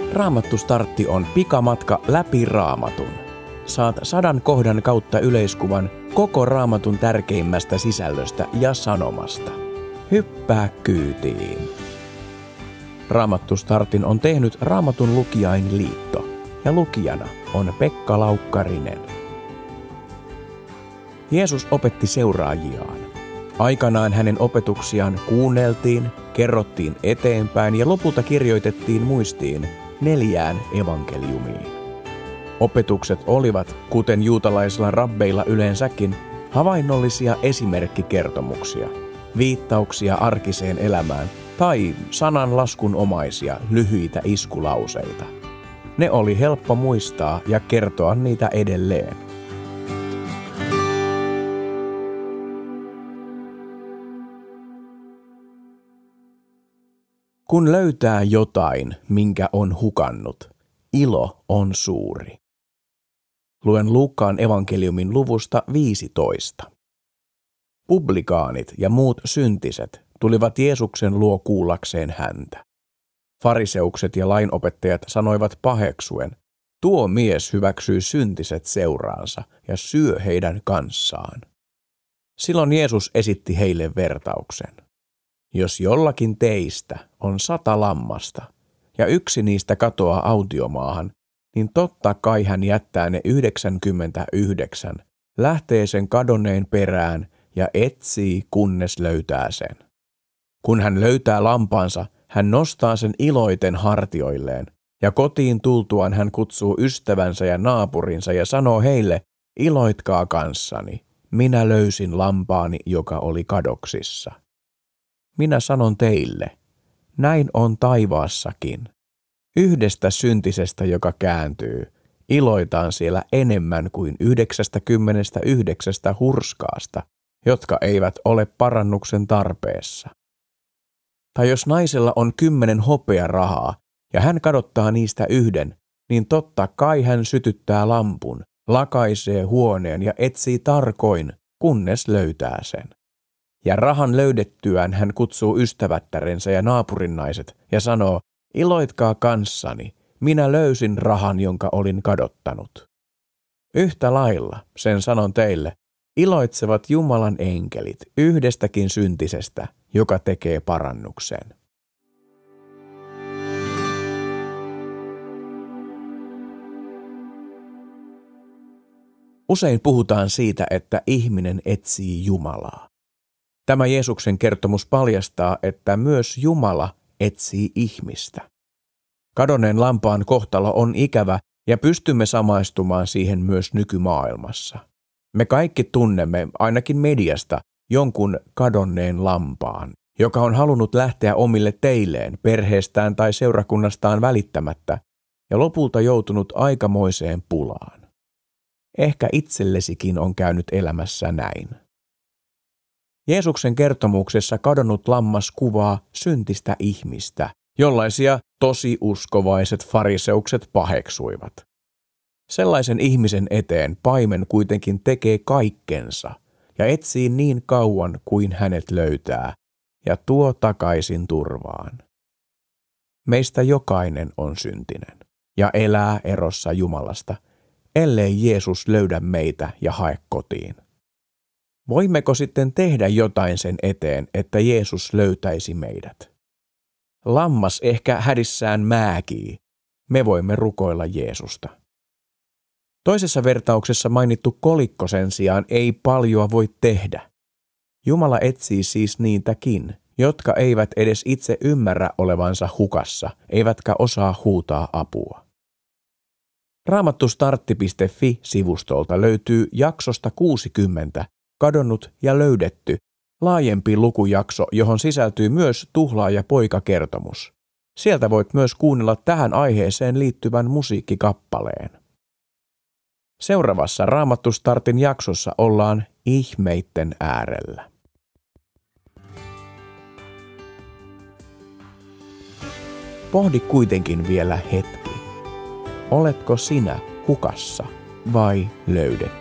Raamattu Startti on pikamatka läpi Raamatun. Saat 100 kohdan kautta yleiskuvan koko Raamatun tärkeimmästä sisällöstä ja sanomasta. Hyppää kyytiin! Raamattu Startin on tehnyt Raamatun lukijainliitto ja lukijana on Pekka Laukkarinen. Jeesus opetti seuraajiaan. Aikanaan hänen opetuksiaan kuunneltiin, kerrottiin eteenpäin ja lopulta kirjoitettiin muistiin 4 evankeliumiin. Opetukset olivat, kuten juutalaisilla rabbeilla yleensäkin, havainnollisia esimerkkikertomuksia, viittauksia arkiseen elämään tai sananlaskunomaisia lyhyitä iskulauseita. Ne oli helppo muistaa ja kertoa niitä edelleen. Kun löytää jotain, minkä on hukannut, ilo on suuri. Luen Luukkaan evankeliumin luvusta 15. Publikaanit ja muut syntiset tulivat Jeesuksen luo kuullakseen häntä. Fariseukset ja lainopettajat sanoivat paheksuen, tuo mies hyväksyy syntiset seuraansa ja syö heidän kanssaan. Silloin Jeesus esitti heille vertauksen. Jos jollakin teistä on 100 lammasta ja yksi niistä katoaa autiomaahan, niin totta kai hän jättää ne 99, lähtee sen kadonneen perään ja etsii, kunnes löytää sen. Kun hän löytää lampaansa, hän nostaa sen iloiten hartioilleen, ja kotiin tultuaan hän kutsuu ystävänsä ja naapurinsa ja sanoo heille, iloitkaa kanssani, minä löysin lampaani, joka oli kadoksissa. Minä sanon teille, näin on taivaassakin. Yhdestä syntisestä, joka kääntyy, iloitaan siellä enemmän kuin 99 hurskaasta, jotka eivät ole parannuksen tarpeessa. Tai jos naisella on 10 hopearahaa ja hän kadottaa niistä 1, niin totta kai hän sytyttää lampun, lakaisee huoneen ja etsii tarkoin, kunnes löytää sen. Ja rahan löydettyään hän kutsuu ystävättärensä ja naapurinnaiset ja sanoo, iloitkaa kanssani, minä löysin rahan, jonka olin kadottanut. Yhtä lailla, sen sanon teille, iloitsevat Jumalan enkelit yhdestäkin syntisestä, joka tekee parannuksen. Usein puhutaan siitä, että ihminen etsii Jumalaa. Tämä Jeesuksen kertomus paljastaa, että myös Jumala etsii ihmistä. Kadonneen lampaan kohtalo on ikävä ja pystymme samaistumaan siihen myös nykymaailmassa. Me kaikki tunnemme, ainakin mediasta, jonkun kadonneen lampaan, joka on halunnut lähteä omille teilleen perheestään tai seurakunnastaan välittämättä ja lopulta joutunut aikamoiseen pulaan. Ehkä itsellesikin on käynyt elämässä näin. Jeesuksen kertomuksessa kadonnut lammas kuvaa syntistä ihmistä, jollaisia tosi uskovaiset fariseukset paheksuivat. Sellaisen ihmisen eteen paimen kuitenkin tekee kaikkensa ja etsii niin kauan kuin hänet löytää ja tuo takaisin turvaan. Meistä jokainen on syntinen ja elää erossa Jumalasta, ellei Jeesus löydä meitä ja hae kotiin. Voimmeko sitten tehdä jotain sen eteen, että Jeesus löytäisi meidät? Lammas ehkä hädissään määkii. Me voimme rukoilla Jeesusta. Toisessa vertauksessa mainittu kolikko sen sijaan ei paljoa voi tehdä. Jumala etsii siis niitäkin, jotka eivät edes itse ymmärrä olevansa hukassa, eivätkä osaa huutaa apua. Raamattustartti.fi-sivustolta löytyy jaksosta 60 kadonnut ja löydetty laajempi lukujakso, johon sisältyy myös tuhlaaja-poika-kertomus. Sieltä voit myös kuunnella tähän aiheeseen liittyvän musiikkikappaleen. Seuraavassa Raamattu Startin jaksossa ollaan ihmeitten äärellä. Pohdi kuitenkin vielä hetki. Oletko sinä hukassa vai löydetty?